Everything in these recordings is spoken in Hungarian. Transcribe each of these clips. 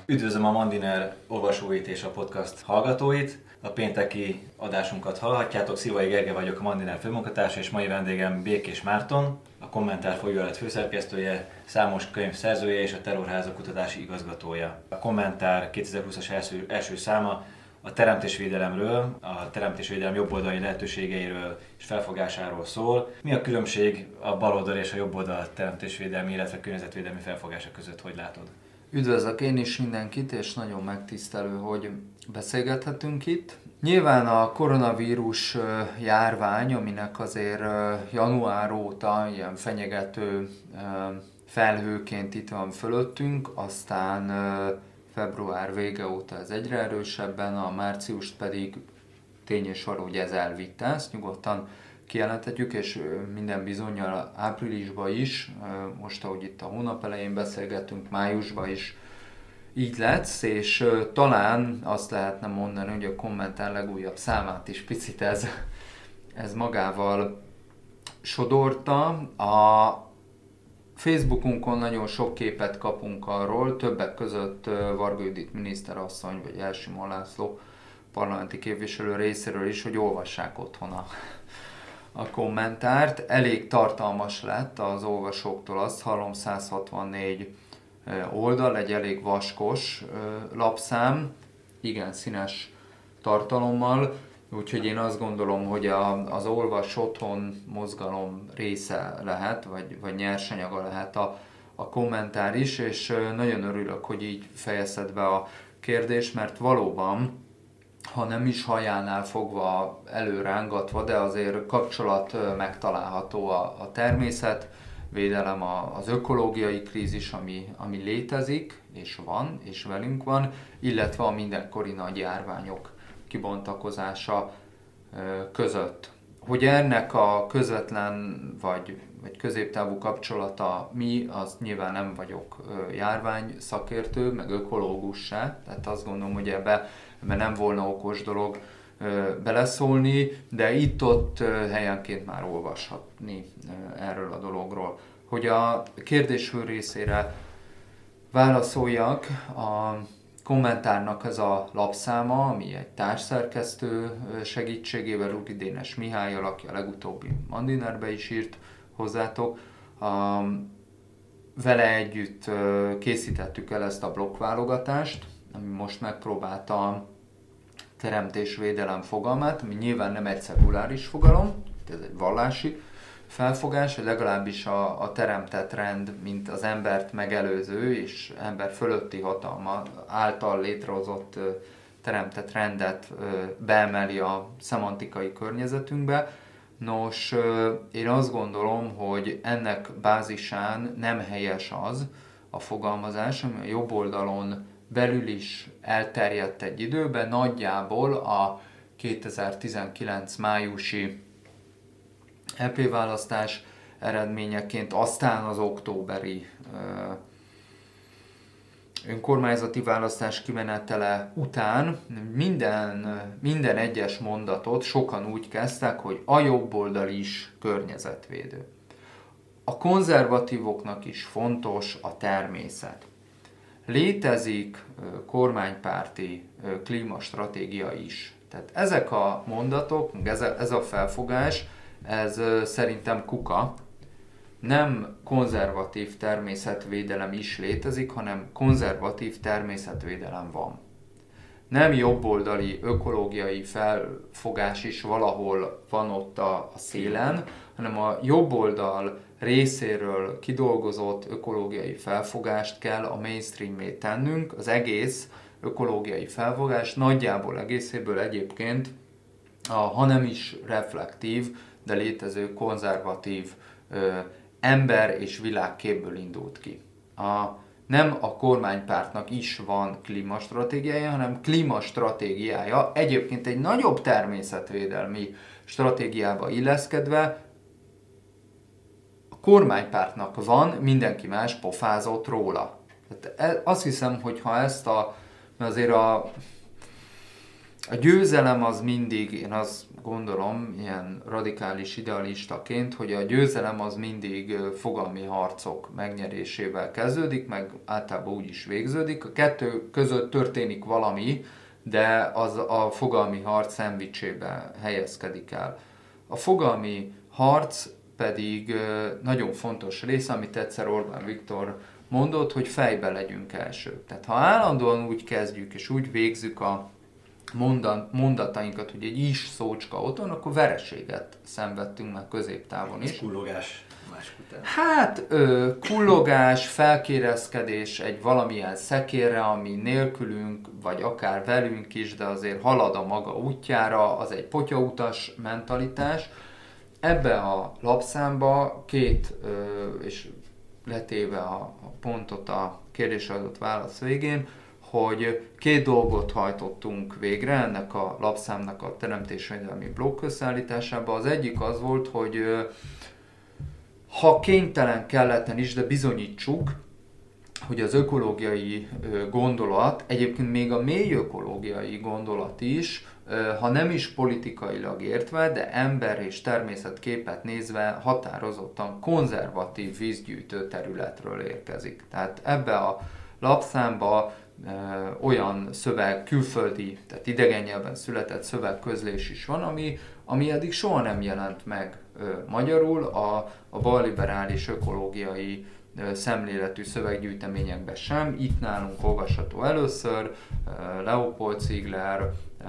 Üdvözlöm a Mandiner olvasóit és a podcast hallgatóit. A pénteki adásunkat hallhatjátok. Szivai Gergely vagyok, a Mandiner főmunkatársa, és mai vendégem Békés Márton, a Kommentár folyóirat főszerkesztője, számos könyv szerzője és a Terrorházak kutatási igazgatója. A Kommentár 2020-as első száma a teremtésvédelemről, a teremtésvédelem jobboldali lehetőségeiről és felfogásáról szól. Mi a különbség a baloldal és a jobboldal teremtésvédelmi, illetve környezetvédelmi felfogása között, hogy látod? Üdvözlök én is mindenkit, és nagyon megtisztelő, hogy beszélgethetünk itt. Nyilván a koronavírus járvány, aminek azért január óta ilyen fenyegető felhőként itt van fölöttünk, aztán február vége óta ez egyre erősebben, a márciust pedig tény és való, hogy ez elvitte, ezt nyugodtan kijelenthetjük, és minden bizonnyal áprilisban is, most ahogy itt a hónap elején beszélgettünk, májusban is így lesz, és talán azt lehetne mondani, hogy a Kommentár legújabb számát is picit ez magával sodorta. A Facebookunkon nagyon sok képet kapunk arról, többek között Varga Judit miniszterasszony vagy Elsimon László parlamenti képviselő részéről is, hogy olvassák otthon a kommentárt. Elég tartalmas lett az olvasóktól, azt hallom, 164 oldal, egy elég vaskos lapszám, igen színes tartalommal, úgyhogy én azt gondolom, hogy az olvas otthon mozgalom része lehet, vagy nyersanyaga lehet a kommentár is, és nagyon örülök, hogy így fejezted be a kérdést, mert valóban, ha nem is hajánál fogva előrángatva, de azért kapcsolat megtalálható a természetvédelem, az ökológiai krízis, ami létezik, és van, és velünk van, illetve a mindenkori nagy járványok kibontakozása között. Hogy ennek a közvetlen vagy középtávú kapcsolata mi, az nyilván nem vagyok járvány szakértő, meg ökológus se, tehát azt gondolom, hogy ebbe nem volna okos dolog beleszólni, de itt-ott helyenként már olvashatni erről a dologról. Hogy a kérdés fő részére válaszoljak, a kommentárnak ez a lapszáma, ami egy társszerkesztő segítségével, Úri Dénes Mihályal, aki a legutóbbi Mandinerbe is írt hozzátok, vele együtt készítettük el ezt a blokkválogatást, ami most megpróbálta a teremtésvédelem fogalmát, ami nyilván nem egy szekuláris fogalom, ez egy vallási felfogás, legalábbis a teremtett rend, mint az embert megelőző és ember fölötti hatalma által létrehozott teremtett rendet beemeli a szemantikai környezetünkbe. Nos, én azt gondolom, hogy ennek bázisán nem helyes az a fogalmazás, ami a jobb oldalon belül is elterjedt egy időben, nagyjából a 2019 májusi EP választás eredményeként, aztán az októberi önkormányzati választás kimenetele után minden egyes mondatot sokan úgy kezdtek, hogy a jobb oldal is környezetvédő. A konzervatívoknak is fontos a természet. Létezik kormánypárti klímastratégia is. Tehát ezek a mondatok, ez a felfogás, ez szerintem kuka. Nem konzervatív természetvédelem is létezik, hanem konzervatív természetvédelem van. Nem jobboldali ökológiai felfogás is valahol van ott a szélen, hanem a jobboldal részéről kidolgozott ökológiai felfogást kell a mainstream-mé tennünk. Az egész ökológiai felfogás nagyjából egészéből egyébként, ha nem is reflektív, de létező konzervatív ember- és világképből indult ki. Nem a kormánypártnak is van klímastratégiája, hanem klímastratégiája egyébként egy nagyobb természetvédelmi stratégiába illeszkedve a kormánypártnak van, mindenki más pofázott róla. Tehát azt hiszem, hogy ha azért a győzelem az mindig, én azt gondolom, ilyen radikális idealistaként, hogy a győzelem az mindig fogalmi harcok megnyerésével kezdődik, meg általában úgy is végződik. A kettő között történik valami, de az a fogalmi harc szendvicsébe helyezkedik el. A fogalmi harc pedig nagyon fontos rész, amit egyszer Orbán Viktor mondott, hogy fejbe legyünk elsők. Tehát ha állandóan úgy kezdjük és úgy végzük a mondatainkat, hogy egy is szócska otthon, akkor vereséget szenvedtünk meg középtávon is. Kullogás másik után. Hát kullogás, felkérezkedés egy valamilyen szekérre, ami nélkülünk, vagy akár velünk is, de azért halad a maga útjára, az egy potyautas mentalitás. Ebbe a lapszámba és letéve a pontot a kérdésre adott válasz végén, hogy 2 dolgot hajtottunk végre ennek a lapszámnak a teremtésvédelmi blokk összeállításába. Az egyik az volt, hogy ha kénytelen kelletlen is, de bizonyítsuk, hogy az ökológiai gondolat, egyébként még a mély ökológiai gondolat is, ha nem is politikailag értve, de ember és természetképet nézve határozottan konzervatív vízgyűjtő területről érkezik. Tehát ebbe a lapszámba olyan szöveg, külföldi, tehát idegen nyelven született szövegközlés is van, ami eddig soha nem jelent meg magyarul a balliberális ökológiai szemléletű szöveggyűjteményekben sem. Itt nálunk olvasható először Leopold Ziegler,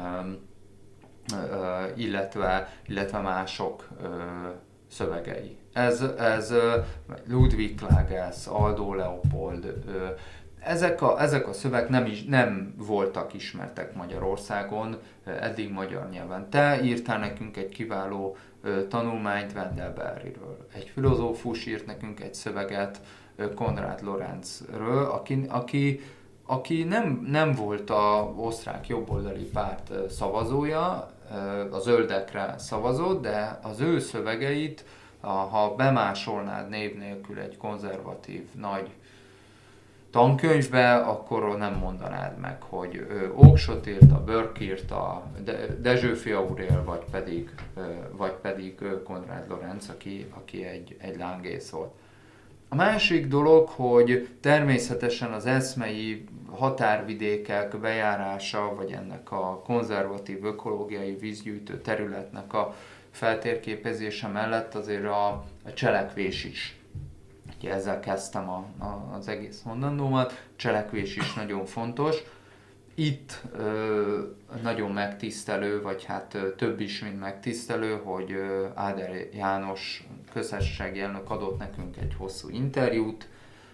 illetve mások szövegei. Ez Ludwig Klages, Aldo Leopold, ezek a szövegek nem voltak ismertek Magyarországon eddig magyar nyelven. Te írtál nekünk egy kiváló tanulmányt Wendell Berryről. Egy filozófus írt nekünk egy szöveget Konrad Lorenzről, aki nem volt az osztrák jobboldali párt szavazója, a zöldekre szavazott, de az ő szövegeit, ha bemásolnád név nélkül egy konzervatív nagy tankönyvbe, akkor nem mondanád meg, hogy Oakeshott írta, Burke írta, Dezsőfi Aurél, vagy pedig Konrad Lorenz, aki egy lángész volt. A másik dolog, hogy természetesen az eszmei határvidékek bejárása, vagy ennek a konzervatív ökológiai vízgyűjtő területnek a feltérképezése mellett azért a cselekvés is. Ezzel kezdtem az egész mondandómat, cselekvés is nagyon fontos. Itt nagyon megtisztelő, vagy hát több is, mint megtisztelő, hogy Áder János köztársasági elnök adott nekünk egy hosszú interjút.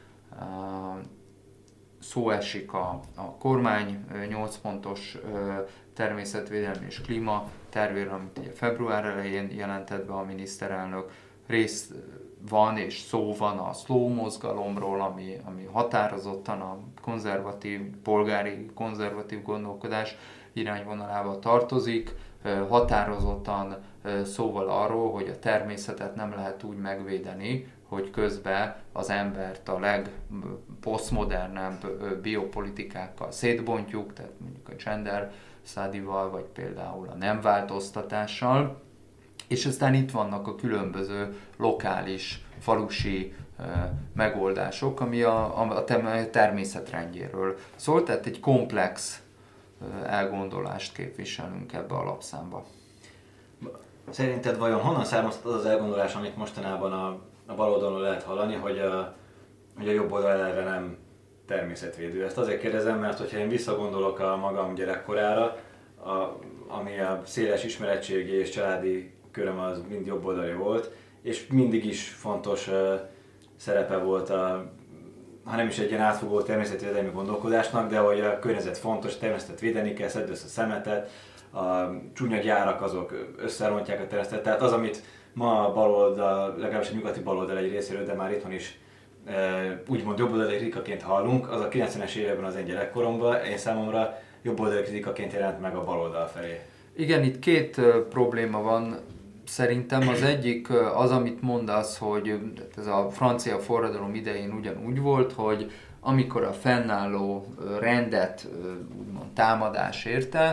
Szó esik a kormány 8 pontos természetvédelmi és klíma tervéről, amit ugye február elején jelentett be a miniszterelnök. Részt van és szó van a slow mozgalomról, ami határozottan a polgári konzervatív gondolkodás irányvonalába tartozik, határozottan szóval arról, hogy a természetet nem lehet úgy megvédeni, hogy közben az embert a legposztmodernebb biopolitikákkal szétbontjuk, tehát mondjuk a gender study-val, vagy például a nem változtatással. És aztán itt vannak a különböző lokális, falusi megoldások, ami a természetrendjéről szól, tehát egy komplex elgondolást képviselünk ebbe a lapszámba. Szerinted vajon honnan származhat az az elgondolás, amit mostanában a baloldalon lehet hallani, hogy a jobb oldal eleve nem természetvédő? Ezt azért kérdezem, mert hogyha én visszagondolok a magam gyerekkorára, ami a széles ismeretségi és családi köröm az mind jobboldali volt, és mindig is fontos szerepe volt ha nem is egy ilyen átfogó természetvédelmi gondolkodásnak, de hogy a környezet fontos, a természetet védeni kell, szedd össze a szemetet, a csúnya gyárak azok összerontják a természetet, tehát az, amit ma a baloldal, legalábbis a nyugati baloldal egy részéről, de már itthon is úgymond jobboldali kritikaként hallunk, az a 90-es években az én gyerekkoromban, én számomra jobboldali kritikaként jelent meg a baloldal felé. Igen, itt 2 probléma van szerintem. Az egyik az, amit mondasz, hogy ez a francia forradalom idején ugyanúgy volt, hogy amikor a fennálló rendet úgymond támadás érte,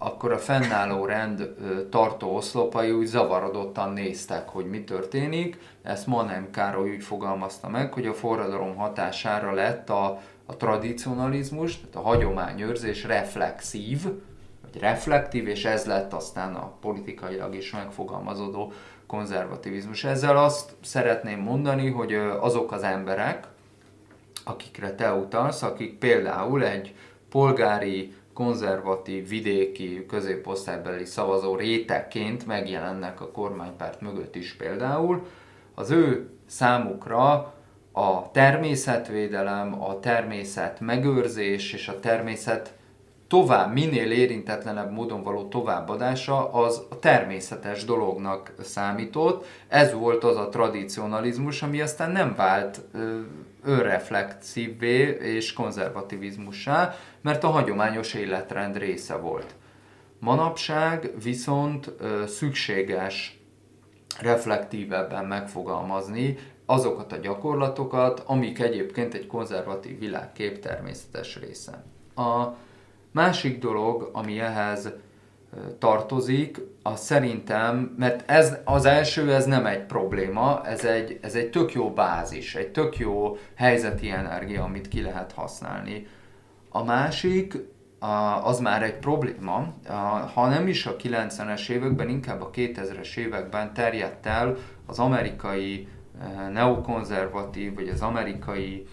akkor a fennálló rend tartó oszlopai úgy zavarodottan néztek, hogy mi történik. Ezt Mannheim Károly úgy fogalmazta meg, hogy a forradalom hatására lett a tradicionalizmus, tehát a hagyományőrzés reflexív, vagy reflektív, és ez lett aztán a politikailag is megfogalmazódó konzervativizmus. Ezzel azt szeretném mondani, hogy azok az emberek, akikre te utalsz, akik például egy polgári, konzervatív, vidéki, középosztálybeli szavazó rétegként megjelennek a kormánypárt mögött is például, az ő számukra a természetvédelem, a természet megőrzés és a természet minél érintetlenebb módon való továbbadása az a természetes dolognak számított. Ez volt az a tradicionalizmus, ami aztán nem vált önreflexívvé és konzervativizmussá, mert a hagyományos életrend része volt. Manapság viszont szükséges reflektívebben megfogalmazni azokat a gyakorlatokat, amik egyébként egy konzervatív világkép természetes része. A másik dolog, ami ehhez tartozik, az szerintem, mert ez az első, ez nem egy probléma, ez egy tök jó bázis, egy tök jó helyzeti energia, amit ki lehet használni. A másik, az már egy probléma, ha nem is a 90-es években, inkább a 2000-es években terjedt el az amerikai neokonzervatív, vagy az amerikai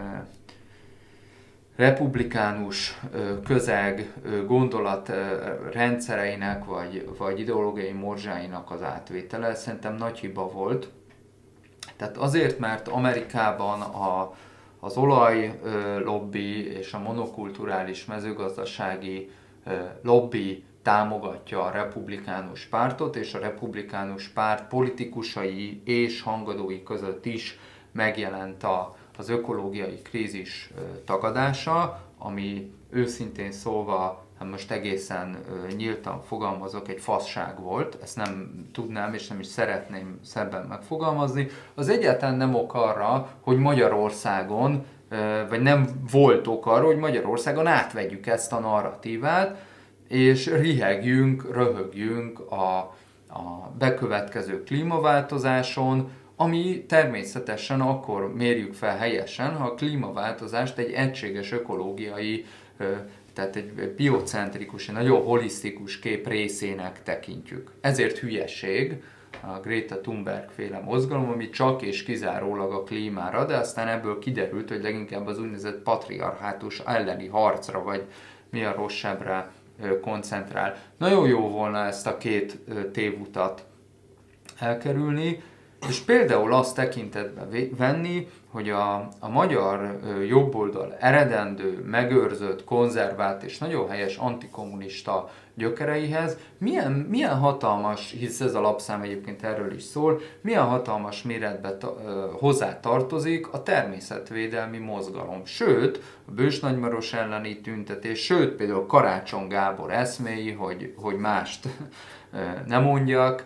republikánus közeg gondolatrendszereinek, vagy ideológiai morzsáinak az átvétele. Szerintem nagy hiba volt. Tehát azért, mert Amerikában az olajlobby és a monokulturális mezőgazdasági lobby támogatja a republikánus pártot, és a republikánus párt politikusai és hangadói között is megjelent az ökológiai krízis tagadása, ami őszintén szólva, hát most egészen nyíltan fogalmazok, egy fasság volt, ezt nem tudnám és nem is szeretném szebben megfogalmazni. Az egyáltalán nem ok arra, hogy Magyarországon, vagy nem volt ok arra, hogy Magyarországon átvegyük ezt a narratívát, és rihegjünk, röhögjünk a bekövetkező klímaváltozáson, ami természetesen akkor mérjük fel helyesen, ha a klímaváltozást egy egységes ökológiai, tehát egy biocentrikus, egy nagyon holisztikus kép részének tekintjük. Ezért hülyeség a Greta Thunberg féle mozgalom, ami csak és kizárólag a klímára, de aztán ebből kiderült, hogy leginkább az úgynevezett patriarhátus elleni harcra, vagy mi a rosszabbra koncentrál. Nagyon jó volna ezt a két tévutat elkerülni, és például azt tekintetbe venni, hogy a magyar jobboldal eredendő, megőrzött, konzervált és nagyon helyes antikommunista gyökereihez milyen hatalmas, hisz ez a lapszám egyébként erről is szól, milyen hatalmas méretbe hozzá tartozik a természetvédelmi mozgalom. Sőt, a Bős-Nagymaros elleni tüntetés, sőt például Karácsony Gábor eszméi, hogy mást nem mondjak,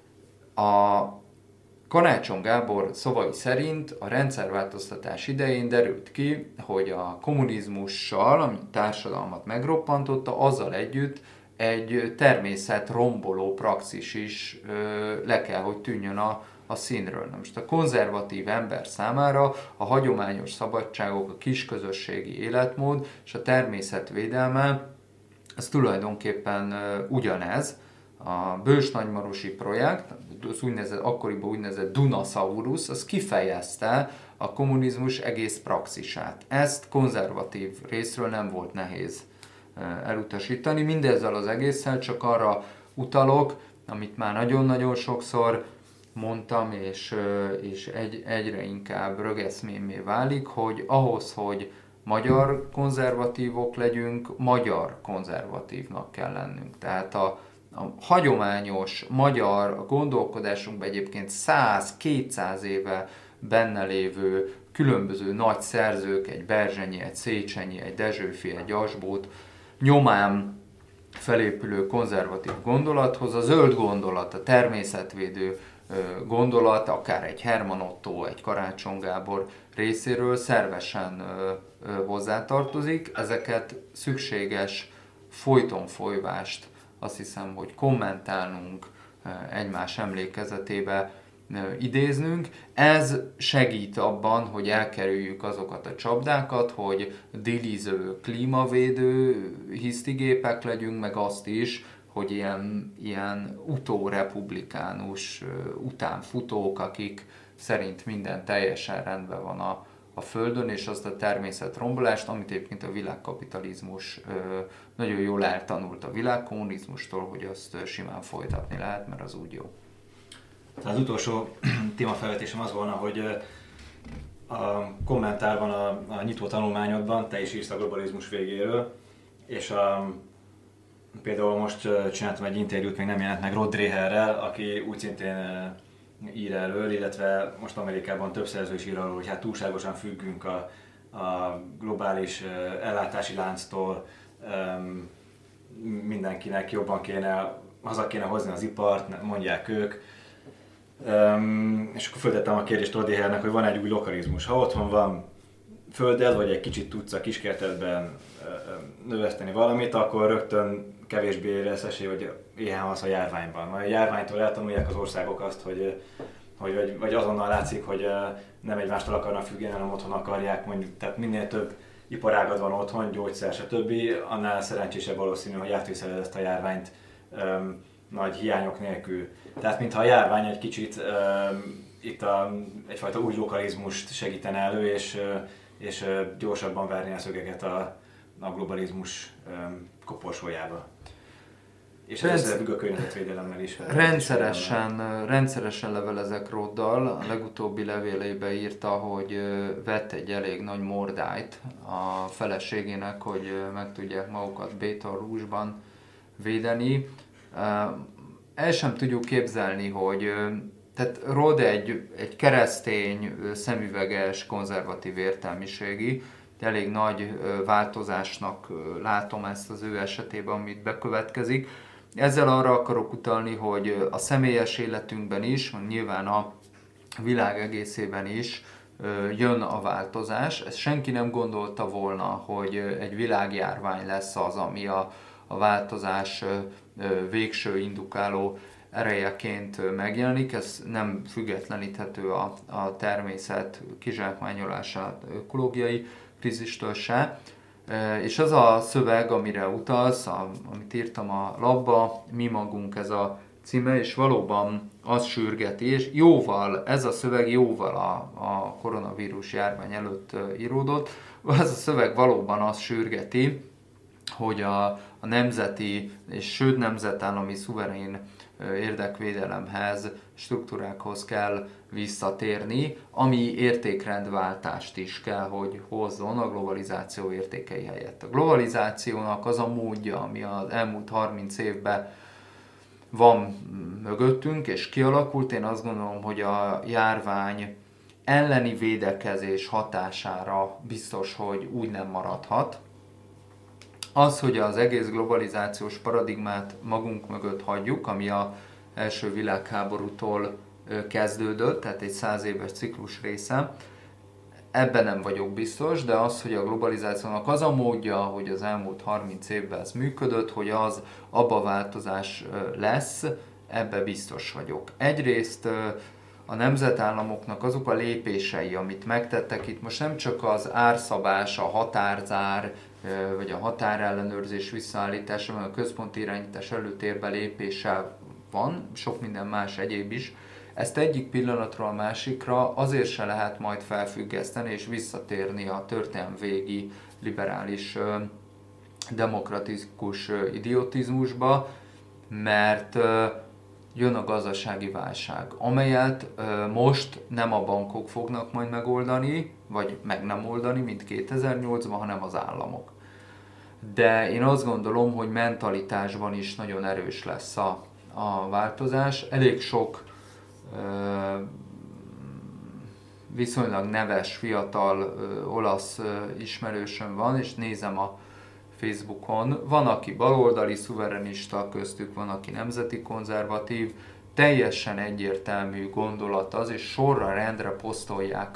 a Karácsony Gábor szavai szerint a rendszerváltoztatás idején derült ki, hogy a kommunizmussal, ami társadalmat megroppantotta, azzal együtt egy természetromboló praxis is le kell, hogy tűnjön a színről. Na most a konzervatív ember számára a hagyományos szabadságok, a kisközösségi életmód és a természetvédelme, ez tulajdonképpen ugyanez. A Bős-Nagymarosi projekt, az akkoriban úgynevezett Dunasaurus, az kifejezte a kommunizmus egész praxisát. Ezt konzervatív részről nem volt nehéz elutasítani. Mindezzel az egésszel csak arra utalok, amit már nagyon-nagyon sokszor mondtam, és egyre inkább rögeszmémé válik, hogy ahhoz, hogy magyar konzervatívok legyünk, magyar konzervatívnak kell lennünk. Tehát a hagyományos magyar gondolkodásunkban egyébként 100-200 éve benne lévő különböző nagy szerzők, egy Berzsenyi, egy Széchenyi, egy Dezsőfi, egy Asbót nyomán felépülő konzervatív gondolathoz, a zöld gondolat, a természetvédő gondolat, akár egy Hermann Ottó, egy Karácsony Gábor részéről szervesen hozzátartozik. Ezeket szükséges folyton folyvást, azt hiszem, hogy kommentálnunk, egymás emlékezetébe idéznünk. Ez segít abban, hogy elkerüljük azokat a csapdákat, hogy diliző, klímavédő hisztigépek legyünk, meg azt is, hogy ilyen utórepublikánus utánfutók, akik szerint minden teljesen rendben van a Földön, és azt a természetrombolást, amit egyébként a világkapitalizmus nagyon jól eltanult a világkommunizmustól, hogy azt simán folytatni lehet, mert az úgy jó. Az utolsó témafelvetésem az volna, hogy a kommentárban, a nyitó tanulmányodban te is írsz a globalizmus végéről, és például most csináltam egy interjút, még nem jelent meg, Rod Dreherrel, aki úgy szintén ír erről, illetve most Amerikában több szerző is ír arról, hogy hát túlságosan függünk a globális ellátási lánctól, mindenkinek jobban haza kéne hozni az ipart, mondják ők. És akkor föltettem a kérdést Rod Drehernek, hogy van egy új lokalizmus. Ha otthon van földed, vagy egy kicsit tudsz a kiskertedben növeszteni valamit, akkor rögtön kevésbé lesz esély, hogy éhen halsz a járványban. Majd a járványtól eltanulják az országok azt, vagy azonnal látszik, hogy nem egymástól akarnak függeni, hanem otthon akarják, mondjuk, tehát minél több iparágad van otthon, gyógyszer, stb., annál szerencsésebb valószínű, hogy átviszed ezt a járványt nagy hiányok nélkül. Tehát mintha a járvány egy kicsit itt egyfajta új lokalizmust segítene elő, és gyorsabban verni a szögeket a globalizmus koporsójába. És ez összefügg a környezetvédelemmel is. Rendszeresen levelezek Roddal. A legutóbbi levélébe írta, hogy vett egy elég nagy mordájt a feleségének, hogy meg tudják magukat Baton Rouge-ban védeni. El sem tudjuk képzelni, hogy tehát Rod egy keresztény, szemüveges, konzervatív értelmiségi, elég nagy változásnak látom ezt az ő esetében, amit bekövetkezik. Ezzel arra akarok utalni, hogy a személyes életünkben is, nyilván a világ egészében is jön a változás. Ezt senki nem gondolta volna, hogy egy világjárvány lesz az, ami a változás végső indukáló erejeként megjelenik. Ez nem függetleníthető a természet kizsákmányolását ökológiai krízistől se. És az a szöveg, amire utalsz, amit írtam a labba, Mi magunk, ez a címe, és valóban az sürgeti, és ez a szöveg jóval a koronavírus járvány előtt íródott, az a szöveg valóban azt sürgeti, hogy a nemzeti és sőt nemzetállami szuverén érdekvédelemhez, struktúrákhoz kell visszatérni, ami értékrendváltást is kell, hogy hozzon a globalizáció értékei helyett. A globalizációnak az a módja, ami az elmúlt 30 évben van mögöttünk és kialakult, én azt gondolom, hogy a járvány elleni védekezés hatására biztos, hogy úgy nem maradhat. Az, hogy az egész globalizációs paradigmát magunk mögött hagyjuk, ami az első világháborútól kezdődött, tehát egy 100 éves ciklus része, ebben nem vagyok biztos, de az, hogy a globalizációnak az a módja, hogy az elmúlt 30 évben ez működött, hogy az abba változás lesz, ebbe biztos vagyok. Egyrészt a nemzetállamoknak azok a lépései, amit megtettek itt, most nem csak az árszabás, a határzár, vagy a határellenőrzés visszaállítása, vagy a központi irányítás előtérbe lépése van, sok minden más egyéb is. Ezt egyik pillanatról a másikra azért se lehet majd felfüggeszteni és visszatérni a történelem végi liberális demokratikus idiotizmusba, mert jön a gazdasági válság, amelyet most nem a bankok fognak majd megoldani, vagy meg nem oldani, mint 2008-ban, hanem az államok. De én azt gondolom, hogy mentalitásban is nagyon erős lesz a változás. Elég sok viszonylag neves, fiatal olasz ismerősöm van, és nézem a Facebookon. Van, aki baloldali, szuverenista, köztük van, aki nemzeti konzervatív. Teljesen egyértelmű gondolat az, és sorra rendre posztolják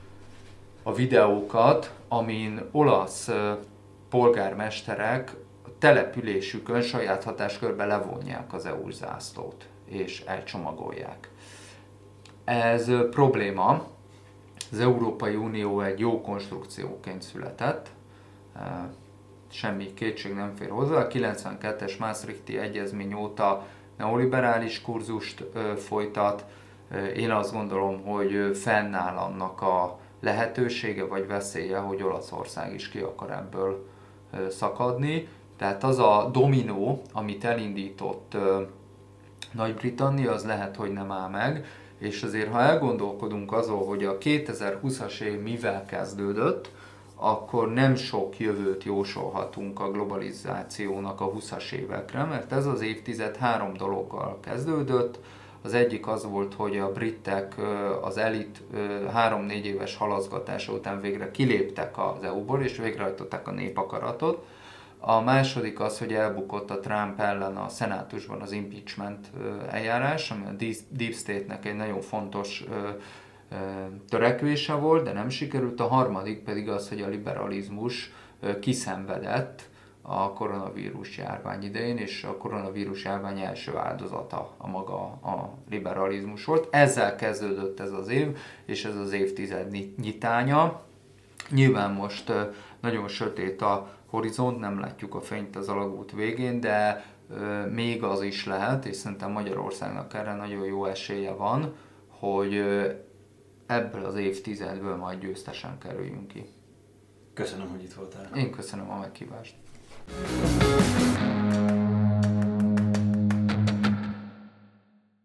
a videókat, amin olasz polgármesterek településükön saját hatáskörbe levonják az EU zászlót, és elcsomagolják. Ez probléma. Az Európai Unió egy jó konstrukcióként született, semmi kétség nem fér hozzá. A 92-es Maastrichti Egyezmény óta neoliberális kurzust folytat. Én azt gondolom, hogy fennáll annak a lehetősége vagy veszélye, hogy Olaszország is ki akar ebből szakadni. Tehát az a dominó, amit elindított Nagy-Britannia, az lehet, hogy nem áll meg. És azért, ha elgondolkodunk azon, hogy a 2020-as év mivel kezdődött, akkor nem sok jövőt jósolhatunk a globalizációnak a 20-as évekre, mert ez az évtized 3 dologgal kezdődött. Az egyik az volt, hogy a britek az elit 3-4 éves halaszgatása után végre kiléptek az EU-ból, és végrehajtották a népakaratot. A második az, hogy elbukott a Trump ellen a szenátusban az impeachment eljárás, ami a Deep State-nek egy nagyon fontos törekvése volt, de nem sikerült. A harmadik pedig az, hogy a liberalizmus kiszenvedett a koronavírus járvány idején, és a koronavírus járvány első áldozata a maga a liberalizmus volt. Ezzel kezdődött ez az év, és ez az évtized nyitánya. Nyilván most nagyon sötét a horizont, nem látjuk a fényt az alagút végén, de még az is lehet, és szerintem Magyarországnak erre nagyon jó esélye van, hogy ebből az évtizedből majd győztesen kerüljünk ki. Köszönöm, hogy itt voltál. Én köszönöm a meghívást.